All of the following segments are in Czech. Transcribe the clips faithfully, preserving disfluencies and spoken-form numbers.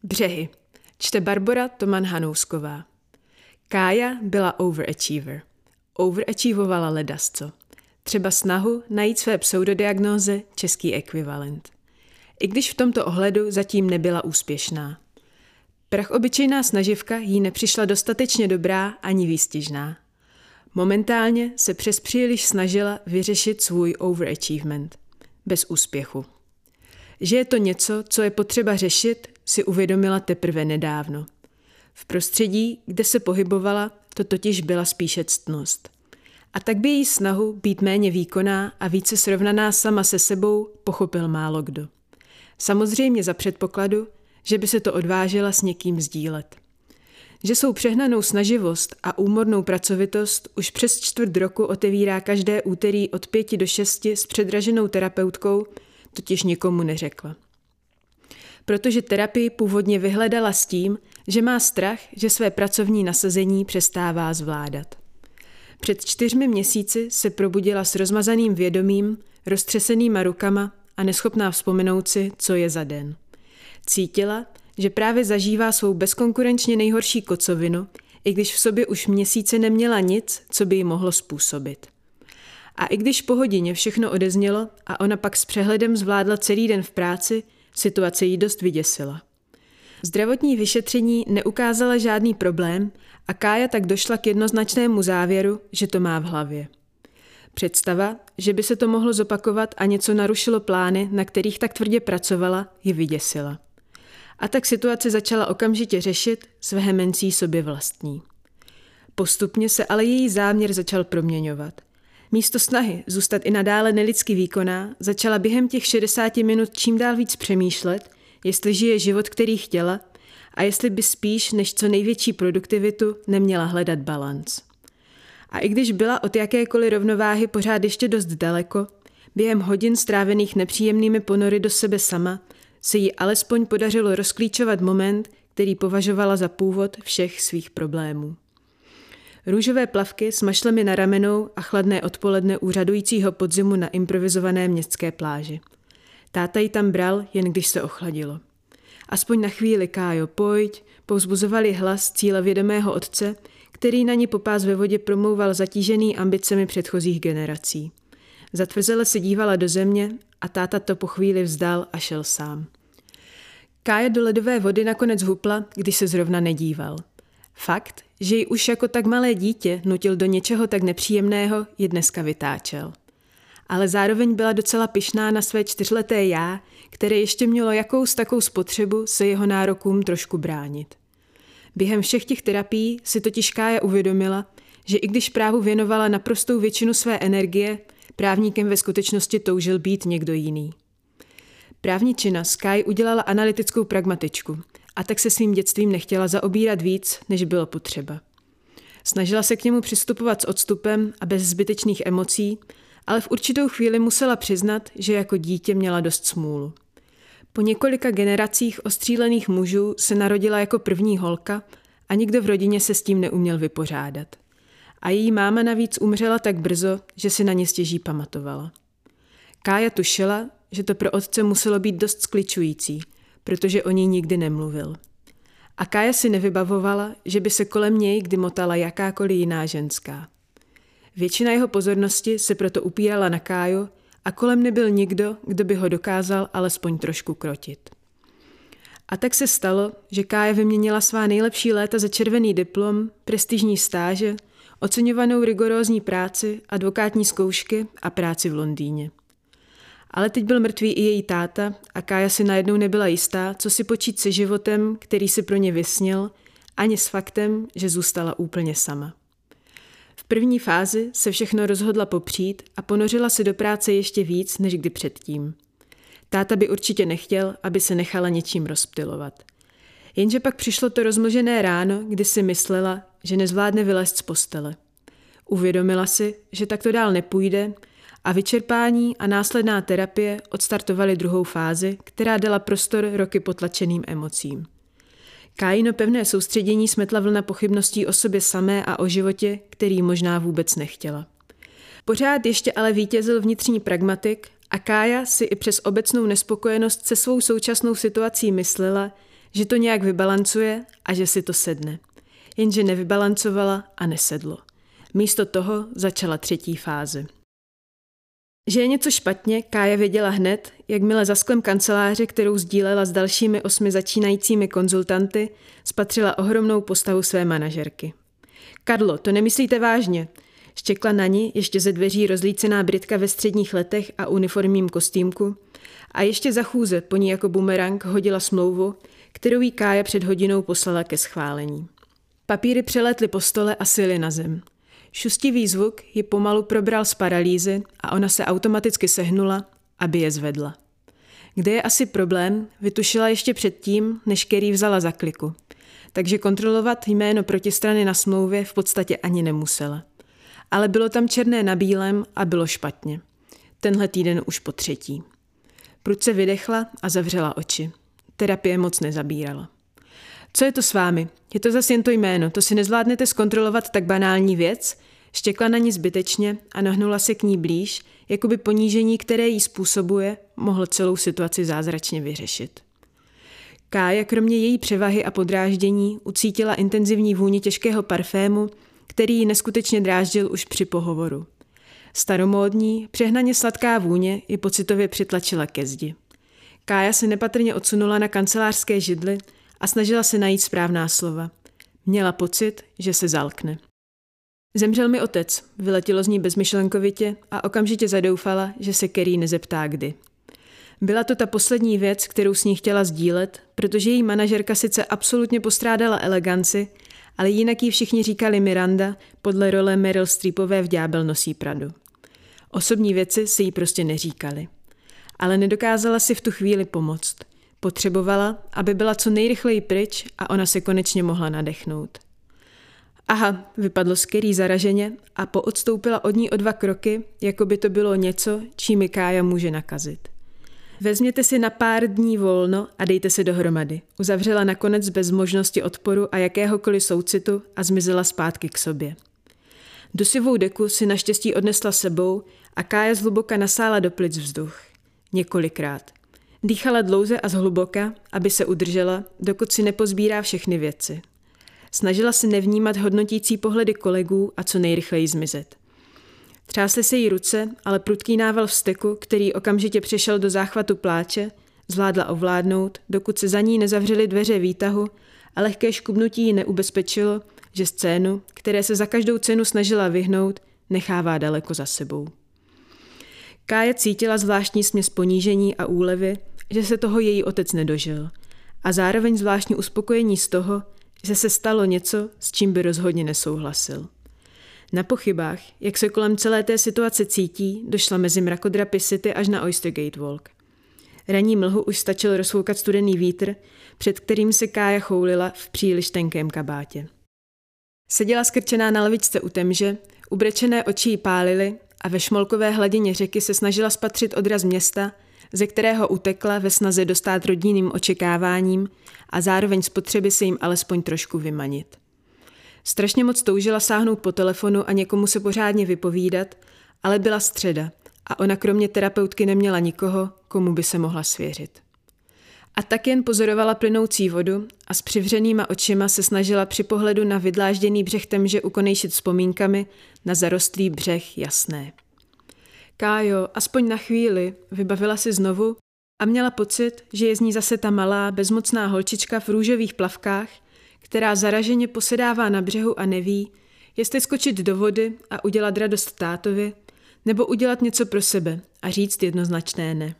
Břehy. Čte Barbora Toman-Hanousková. Kája byla overachiever. Overachievovala ledasco. Třeba snahu najít své pseudodiagnóze český ekvivalent. I když v tomto ohledu zatím nebyla úspěšná. Prachobyčejná snaživka jí nepřišla dostatečně dobrá ani výstižná. Momentálně se přes příliš snažila vyřešit svůj overachievement. Bez úspěchu. Že je to něco, co je potřeba řešit, si uvědomila teprve nedávno. V prostředí, kde se pohybovala, to totiž byla spíše ctnost. A tak by její snahu být méně výkonná a více srovnaná sama se sebou pochopil málo kdo. Samozřejmě za předpokladu, že by se to odvážila s někým sdílet. Že svou přehnanou snaživost a úmornou pracovitost už přes čtvrt roku otevírá každé úterý od pěti do šesti s předraženou terapeutkou, totiž nikomu neřekla. Protože terapii původně vyhledala s tím, že má strach, že své pracovní nasazení přestává zvládat. Před čtyřmi měsíci se probudila s rozmazaným vědomím, roztřesenýma rukama a neschopná vzpomenout si, co je za den. Cítila, že právě zažívá svou bezkonkurenčně nejhorší kocovinu, i když v sobě už měsíce neměla nic, co by jí mohlo způsobit. A i když po hodině všechno odeznělo a ona pak s přehledem zvládla celý den v práci, situace jí dost vyděsila. Zdravotní vyšetření neukázala žádný problém a Kája tak došla k jednoznačnému závěru, že to má v hlavě. Představa, že by se to mohlo zopakovat a něco narušilo plány, na kterých tak tvrdě pracovala, ji vyděsila. A tak situaci začala okamžitě řešit s vehemencí sobě vlastní. Postupně se ale její záměr začal proměňovat. Místo snahy zůstat i nadále nelidsky výkonná, začala během těch šedesáti minut čím dál víc přemýšlet, jestli žije život, který chtěla, a jestli by spíš než co největší produktivitu neměla hledat balanc. A i když byla od jakékoliv rovnováhy pořád ještě dost daleko, během hodin strávených nepříjemnými ponory do sebe sama, se jí alespoň podařilo rozklíčovat moment, který považovala za původ všech svých problémů. Růžové plavky s mašlemi na ramenou a chladné odpoledne úřadujícího podzimu na improvizované městské pláži. Táta ji tam bral, jen když se ochladilo. Aspoň na chvíli, Kájo, pojď, povzbuzovali hlas cílevědomého otce, který na ní popás ve vodě promlouval zatížený ambicemi předchozích generací. Zatvrzele se dívala do země a táta to po chvíli vzdal a šel sám. Kája do ledové vody nakonec hupla, když se zrovna nedíval. Fakt, že ji už jako tak malé dítě nutil do něčeho tak nepříjemného, ji dneska vytáčel. Ale zároveň byla docela pyšná na své čtyřleté já, které ještě mělo jakous takou spotřebu se jeho nárokům trošku bránit. Během všech těch terapií si totiž Kája uvědomila, že i když právu věnovala naprostou většinu své energie, právníkem ve skutečnosti toužil být někdo jiný. Právničina z Káji udělala analytickou pragmatičku a tak se svým dětstvím nechtěla zaobírat víc, než bylo potřeba. Snažila se k němu přistupovat s odstupem a bez zbytečných emocí, ale v určitou chvíli musela přiznat, že jako dítě měla dost smůlu. Po několika generacích ostřílených mužů se narodila jako první holka a nikdo v rodině se s tím neuměl vypořádat. A její máma navíc umřela tak brzo, že si na ně stěží pamatovala. Kája tušila, že to pro otce muselo být dost skličující, protože o ní nikdy nemluvil. A Kája si nevybavovala, že by se kolem něj kdy motala jakákoliv jiná ženská. Většina jeho pozornosti se proto upírala na Káju a kolem nebyl nikdo, kdo by ho dokázal alespoň trošku krotit. A tak se stalo, že Kája vyměnila svá nejlepší léta za červený diplom, prestižní stáže, oceňovanou rigorózní práci, advokátní zkoušky a práci v Londýně. Ale teď byl mrtvý i její táta a Kája si najednou nebyla jistá, co si počít se životem, který si pro ně vysnil, ani s faktem, že zůstala úplně sama. V první fázi se všechno rozhodla popřít a ponořila se do práce ještě víc, než kdy předtím. Táta by určitě nechtěl, aby se nechala něčím rozptylovat. Jenže pak přišlo to rozmlžené ráno, kdy si myslela, že nezvládne vylézt z postele. Uvědomila si, že takto dál nepůjde a vyčerpání a následná terapie odstartovaly druhou fázi, která dala prostor roky potlačeným emocím. Kájino pevné soustředění smetla vlna pochybností o sobě samé a o životě, který možná vůbec nechtěla. Pořád ještě ale vítězil vnitřní pragmatik a Kája si i přes obecnou nespokojenost se svou současnou situací myslela, že to nějak vybalancuje a že si to sedne. Jenže nevybalancovala a nesedlo. Místo toho začala třetí fáze. Že je něco špatně, Kája věděla hned, jakmile za sklem kanceláře, kterou sdílela s dalšími osmi začínajícími konzultanty, spatřila ohromnou postavu své manažerky. Karlo, to nemyslíte vážně? Štěkla na ní ještě ze dveří rozlícená Britka ve středních letech a uniformním kostýmku a ještě za chůze po ní jako bumerang hodila smlouvu, kterou jí Kája před hodinou poslala ke schválení. Papíry přelétly po stole a syly na zem. Šustivý zvuk ji pomalu probral z paralýzy a ona se automaticky sehnula, aby je zvedla. Kde je asi problém, vytušila ještě předtím, než Kerry vzala za kliku. Takže kontrolovat jméno protistrany na smlouvě v podstatě ani nemusela. Ale bylo tam černé na bílém a bylo špatně. Tenhle týden už po třetí. Prudce vydechla a zavřela oči. Terapie moc nezabírala. Co je to s vámi? Je to zas jen to jméno, to si nezvládnete zkontrolovat tak banální věc? Štěkla na ní zbytečně a nahnula se k ní blíž, jako by ponížení, které jí způsobuje, mohlo celou situaci zázračně vyřešit. Kája kromě její převahy a podráždění ucítila intenzivní vůni těžkého parfému, který ji neskutečně dráždil už při pohovoru. Staromódní, přehnaně sladká vůně ji pocitově přitlačila ke zdi. Kája se nepatrně odsunula na kancelářské židli a snažila se najít správná slova. Měla pocit, že se zalkne. Zemřel mi otec, vyletělo z ní bezmyšlenkovitě a okamžitě zadoufala, že se Kerry nezeptá kdy. Byla to ta poslední věc, kterou s ní chtěla sdílet, protože její manažerka sice absolutně postrádala eleganci, ale jinak jí všichni říkali Miranda podle role Meryl Streepové v Ďábel nosí Pradu. Osobní věci se jí prostě neříkaly. Ale nedokázala si v tu chvíli pomoct. Potřebovala, aby byla co nejrychleji pryč a ona se konečně mohla nadechnout. Aha, vypadlo z Kerry zaraženě a poodstoupila od ní o dva kroky, jako by to bylo něco, čím Kája může nakazit. Vezměte si na pár dní volno a dejte se dohromady. Uzavřela nakonec bez možnosti odporu a jakéhokoliv soucitu a zmizela zpátky k sobě. Dusivou deku si naštěstí odnesla sebou a Kája zhluboka nasála do plic vzduch. Několikrát. Dýchala dlouze a zhluboka, aby se udržela, dokud si nepozbírá všechny věci. Snažila se nevnímat hodnotící pohledy kolegů a co nejrychleji zmizet. Třásly se jí ruce, ale prudký nával vzteku, který okamžitě přešel do záchvatu pláče, zvládla ovládnout, dokud se za ní nezavřely dveře výtahu a lehké škubnutí ji neubezpečilo, že scénu, které se za každou cenu snažila vyhnout, nechává daleko za sebou. Kája cítila zvláštní směs ponížení a úlevy, že se toho její otec nedožil, a zároveň zvláštní uspokojení z toho, že se stalo něco, s čím by rozhodně nesouhlasil. Na pochybách, jak se kolem celé té situace cítí, došla mezi mrakodrapy City až na Oystergate Walk. Ranní mlhu už stačil rozfoukat studený vítr, před kterým se Kája choulila v příliš tenkém kabátě. Seděla skrčená na lavičce u temže, ubrečené oči jí pálily a ve šmolkové hladině řeky se snažila spatřit odraz města, ze kterého utekla ve snaze dostát rodinným očekáváním a zároveň z potřeby se jim alespoň trošku vymanit. Strašně moc toužila sáhnout po telefonu a někomu se pořádně vypovídat, ale byla středa a ona kromě terapeutky neměla nikoho, komu by se mohla svěřit. A tak jen pozorovala plynoucí vodu a s přivřenýma očima se snažila při pohledu na vydlážděný břeh temže ukonejšit vzpomínkami na zarostlý břeh Jasné. Kájo, aspoň na chvíli, vybavila si znovu a měla pocit, že je z ní zase ta malá, bezmocná holčička v růžových plavkách, která zaraženě posedává na břehu a neví, jestli skočit do vody a udělat radost tátovi, nebo udělat něco pro sebe a říct jednoznačné ne.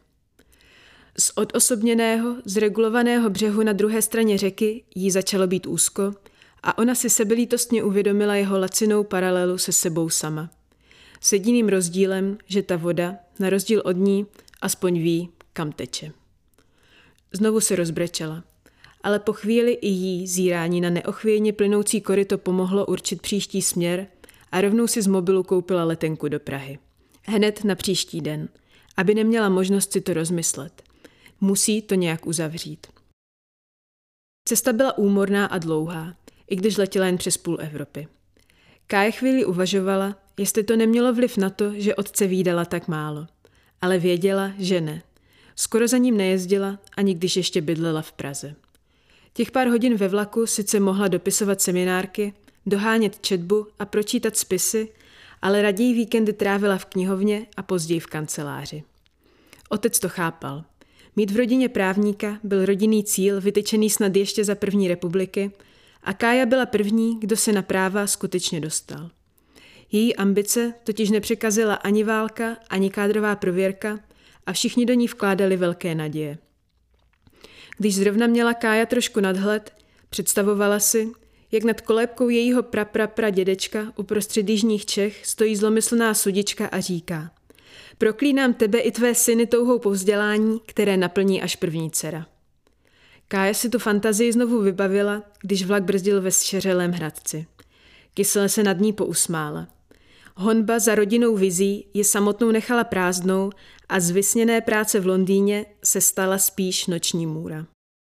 Z odosobněného, zregulovaného břehu na druhé straně řeky jí začalo být úzko a ona si sebelítostně uvědomila jeho lacinou paralelu se sebou sama. S jediným rozdílem, že ta voda, na rozdíl od ní, aspoň ví, kam teče. Znovu se rozbrečela, ale po chvíli i jí zírání na neochvějně plynoucí koryto pomohlo určit příští směr a rovnou si z mobilu koupila letenku do Prahy. Hned na příští den, aby neměla možnost si to rozmyslet. Musí to nějak uzavřít. Cesta byla úmorná a dlouhá, i když letěla jen přes půl Evropy. Kája chvíli uvažovala, jestli to nemělo vliv na to, že otce vídala tak málo. Ale věděla, že ne. Skoro za ním nejezdila, ani když ještě bydlela v Praze. Těch pár hodin ve vlaku sice mohla dopisovat seminárky, dohánět četbu a pročítat spisy, ale raději víkendy trávila v knihovně a později v kanceláři. Otec to chápal. Mít v rodině právníka byl rodinný cíl vytyčený snad ještě za první republiky a Kája byla první, kdo se na práva skutečně dostal. Její ambice totiž nepřekazila ani válka, ani kádrová prověrka a všichni do ní vkládali velké naděje. Když zrovna měla Kája trošku nadhled, představovala si, jak nad kolébkou jejího praprapra dědečka uprostřed jižních Čech stojí zlomyslná sudička a říká: Proklínám tebe i tvé syny touhou po vzdělání, které naplní až první dcera. Kája si tu fantazii znovu vybavila, když vlak brzdil ve zšeřelém Hradci. Kysele se nad ní pousmála. Honba za rodinnou vizí ji samotnou nechala prázdnou a z vysněné práce v Londýně se stala spíš noční můra.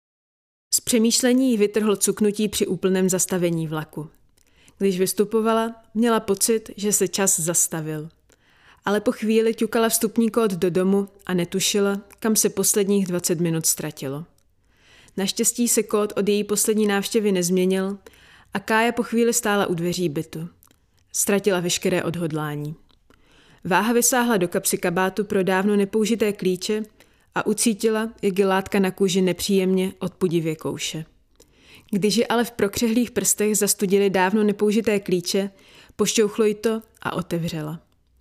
Z přemýšlení jí vytrhlo cuknutí při úplném zastavení vlaku. Když vystupovala, měla pocit, že se čas zastavil. Ale po chvíli ťukala vstupní kód do domu a netušila, kam se posledních dvacet minut ztratilo. Naštěstí se kód od její poslední návštěvy nezměnil a Kája po chvíli stála u dveří bytu. Ztratila veškeré odhodlání. Váha vysáhla do kapsy kabátu pro dávno nepoužité klíče a ucítila, jak je látka na kůži nepříjemně odpudivě kouše. Když ji ale v prokřehlých prstech zastudily dávno nepoužité klíče, pošťouchlo jí to a otevřela.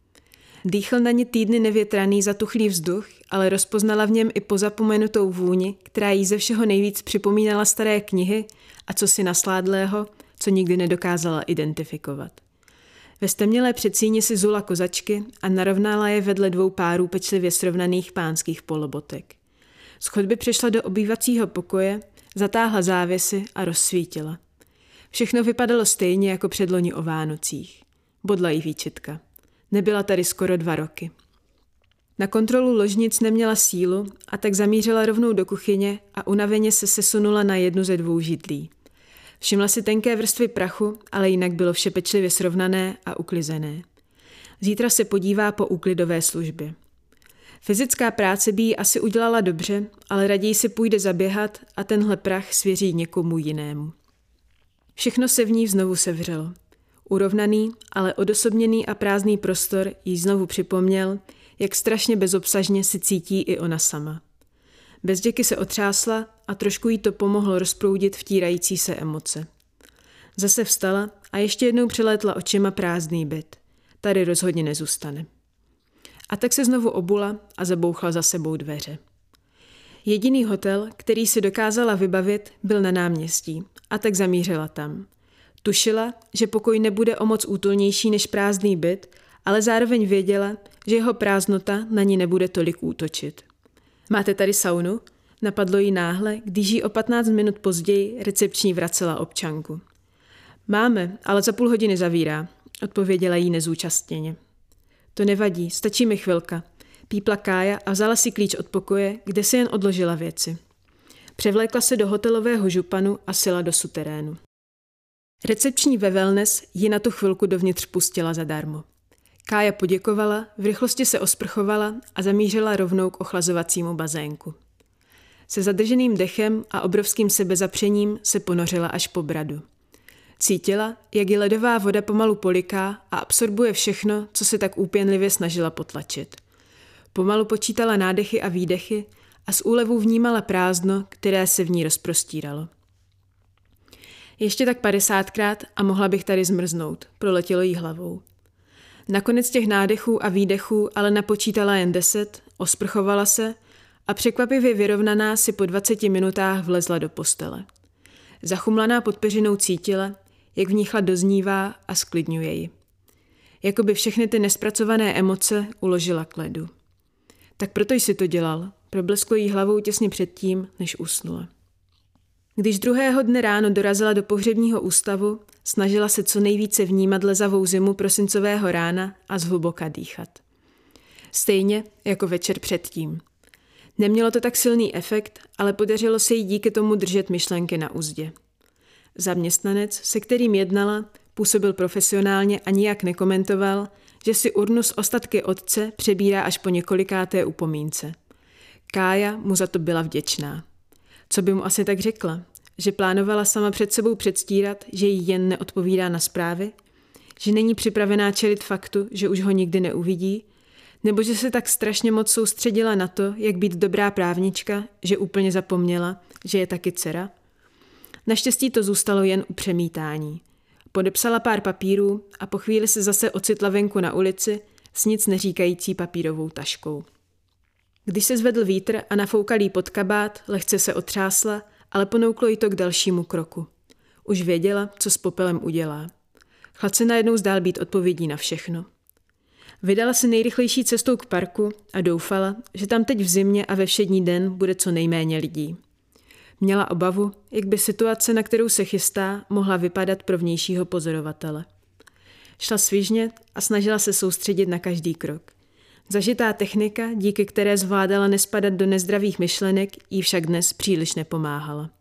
Dýchl na ně týdny nevětraný zatuchlý vzduch, ale rozpoznala v něm i pozapomenutou vůni, která jí ze všeho nejvíc připomínala staré knihy a cosi nasládlého, co nikdy nedokázala identifikovat. Ve stemnělé předsíni si zula kozačky a narovnala je vedle dvou párů pečlivě srovnaných pánských polobotek. Z chodby přešla do obývacího pokoje, zatáhla závěsy a rozsvítila. Všechno vypadalo stejně jako předloni o Vánocích. Bodla jí výčitka. Nebyla tady skoro dva roky. Na kontrolu ložnic neměla sílu a tak zamířila rovnou do kuchyně a unaveně se sesunula na jednu ze dvou židlí. Všimla si tenké vrstvy prachu, ale jinak bylo vše pečlivě srovnané a uklizené. Zítra se podívá po úklidové službě. Fyzická práce by jí asi udělala dobře, ale raději si půjde zaběhat a tenhle prach svěří někomu jinému. Všechno se v ní znovu sevřelo. Urovnaný, ale odosobněný a prázdný prostor jí znovu připomněl, jak strašně bezobsažně si cítí i ona sama. Bez děky se otřásla a trošku jí to pomohlo rozproudit vtírající se emoce. Zase vstala a ještě jednou přelétla očima prázdný byt. Tady rozhodně nezůstane. A tak se znovu obula a zabouchla za sebou dveře. Jediný hotel, který si dokázala vybavit, byl na náměstí a tak zamířila tam. Tušila, že pokoj nebude o moc útulnější než prázdný byt, ale zároveň věděla, že jeho prázdnota na ní nebude tolik útočit. Máte tady saunu? Napadlo jí náhle, když jí o patnáct minut později recepční vracela občanku. Máme, ale za půl hodiny zavírá, odpověděla jí nezúčastněně. To nevadí, stačí mi chvilka. Pípla Kája a vzala si klíč od pokoje, kde si jen odložila věci. Převlékla se do hotelového županu a sila do suterénu. Recepční ve wellness ji na tu chvilku dovnitř pustila zadarmo. Kája poděkovala, v rychlosti se osprchovala a zamířila rovnou k ochlazovacímu bazénku. Se zadrženým dechem a obrovským sebezapřením se ponořila až po bradu. Cítila, jak ji ledová voda pomalu poliká a absorbuje všechno, co se tak úpěnlivě snažila potlačit. Pomalu počítala nádechy a výdechy a s úlevou vnímala prázdno, které se v ní rozprostíralo. Ještě tak padesátkrát a mohla bych tady zmrznout, proletělo jí hlavou. Nakonec těch nádechů a výdechů ale napočítala jen deset, osprchovala se a překvapivě vyrovnaná si po dvaceti minutách vlezla do postele. Zachumlaná pod peřinou cítila, jak v ní chlad doznívá a sklidňuje ji. Jakoby všechny ty nespracované emoce uložila k ledu. Tak proto jsi to dělal, problesklo jí hlavou těsně předtím, než usnula. Když druhého dne ráno dorazila do pohřebního ústavu, snažila se co nejvíce vnímat lezavou zimu prosincového rána a zhluboka dýchat. Stejně jako večer předtím. Nemělo to tak silný efekt, ale podařilo se jí díky tomu držet myšlenky na uzdě. Zaměstnanec, se kterým jednala, působil profesionálně a nijak nekomentoval, že si urnu s ostatky otce přebírá až po několikáté upomínce. Kája mu za to byla vděčná. Co by mu asi tak řekla? že plánovala sama před sebou předstírat, že jí jen neodpovídá na zprávy, že není připravená čelit faktu, že už ho nikdy neuvidí, nebo že se tak strašně moc soustředila na to, jak být dobrá právnička, že úplně zapomněla, že je taky dcera? Naštěstí to zůstalo jen u přemítání. Podepsala pár papírů a po chvíli se zase ocitla venku na ulici s nic neříkající papírovou taškou. Když se zvedl vítr a nafoukal jí pod kabát, lehce se otřásla, ale ponouklo jí to k dalšímu kroku. Už věděla, co s popelem udělá. Chlad se najednou zdál být odpovědí na všechno. Vydala se nejrychlejší cestou k parku a doufala, že tam teď v zimě a ve všední den bude co nejméně lidí. Měla obavu, jak by situace, na kterou se chystá, mohla vypadat pro vnějšího pozorovatele. Šla svižně a snažila se soustředit na každý krok. Zažitá technika, díky které zvládala nespadat do nezdravých myšlenek, jí však dnes příliš nepomáhala.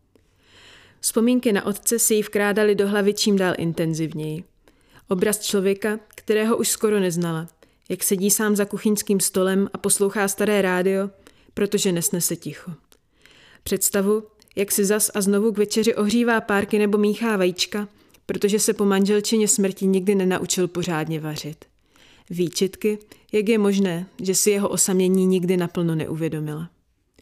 Vzpomínky na otce se jí vkrádaly do hlavy čím dál intenzivněji. Obraz člověka, kterého už skoro neznala, jak sedí sám za kuchyňským stolem a poslouchá staré rádio, protože nesnese ticho. Představu, jak si zas a znovu k večeři ohřívá párky nebo míchá vajíčka, protože se po manželčině smrti nikdy nenaučil pořádně vařit. Výčitky, jak je možné, že si jeho osamění nikdy naplno neuvědomila.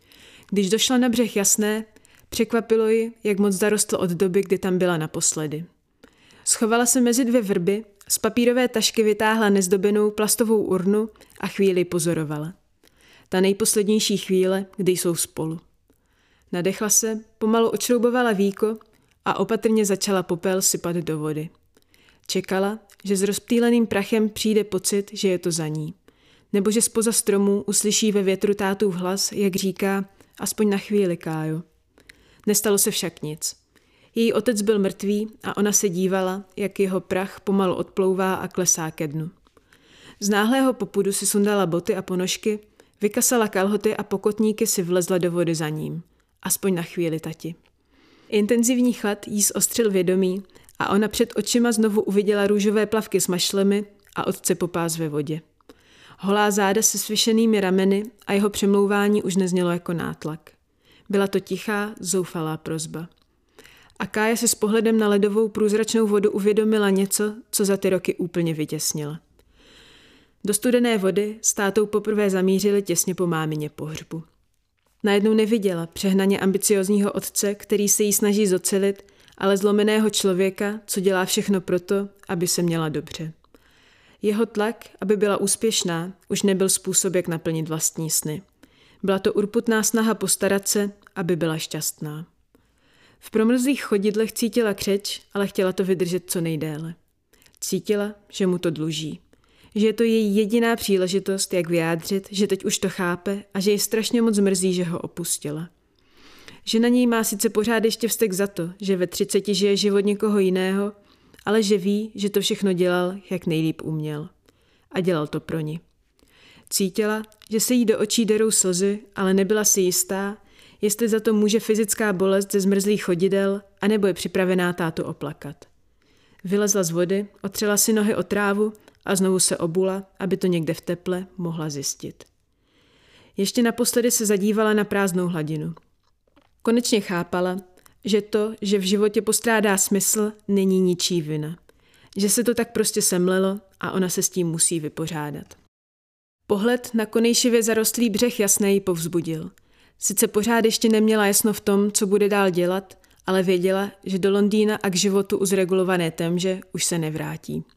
Když došla na břeh Jasné, překvapilo ji, jak moc zarostl od doby, kdy tam byla naposledy. Schovala se mezi dvě vrby, z papírové tašky vytáhla nezdobenou plastovou urnu a chvíli pozorovala. Ta nejposlednější chvíle, kdy jsou spolu. Nadechla se, pomalu odšroubovala víko a opatrně začala popel sypat do vody. Čekala, že s rozptýleným prachem přijde pocit, že je to za ní. Nebo že zpoza stromů uslyší ve větru tátův hlas, jak říká, aspoň na chvíli, Kájo. Nestalo se však nic. Její otec byl mrtvý a ona se dívala, jak jeho prach pomalu odplouvá a klesá ke dnu. Z náhlého popudu si sundala boty a ponožky, vykasala kalhoty a pokotníky si vlezla do vody za ním. Aspoň na chvíli, tati. Intenzivní chlad jí zostřil vědomí a ona před očima znovu uviděla růžové plavky s mašlemi a otce popás ve vodě. Holá záda se svišenými rameny a jeho přemlouvání už neznělo jako nátlak. Byla to tichá, zoufalá prosba. A Kája se s pohledem na ledovou průzračnou vodu uvědomila něco, co za ty roky úplně vytěsnila. Do studené vody s tátou poprvé zamířili těsně po mámině pohřbu. Najednou neviděla přehnaně ambiciozního otce, který se jí snaží zocelit, ale zlomeného člověka, co dělá všechno proto, aby se měla dobře. Jeho tlak, aby byla úspěšná, už nebyl způsob, jak naplnit vlastní sny. Byla to urputná snaha postarat se, aby byla šťastná. V promrzlých chodidlech cítila křeč, ale chtěla to vydržet co nejdéle. Cítila, že mu to dluží. Že je to její jediná příležitost, jak vyjádřit, že teď už to chápe a že ji strašně moc mrzí, že ho opustila. Že na něj má sice pořád ještě vztek za to, že ve třiceti žije život někoho jiného, ale že ví, že to všechno dělal, jak nejlíp uměl. A dělal to pro ní. Cítila, že se jí do očí derou slzy, ale nebyla si jistá, jestli za to může fyzická bolest ze zmrzlých chodidel, anebo je připravená tátu oplakat. Vylezla z vody, otřela si nohy o trávu a znovu se obula, aby to někde v teple mohla zjistit. Ještě naposledy se zadívala na prázdnou hladinu. Konečně chápala, že to, že v životě postrádá smysl, není ničí vina. Že se to tak prostě semlelo a ona se s tím musí vypořádat. Pohled na konejšivě zarostlý břeh Jasné ji povzbudil. Sice pořád ještě neměla jasno v tom, co bude dál dělat, ale věděla, že do Londýna a k životu u zregulované Temže už se nevrátí.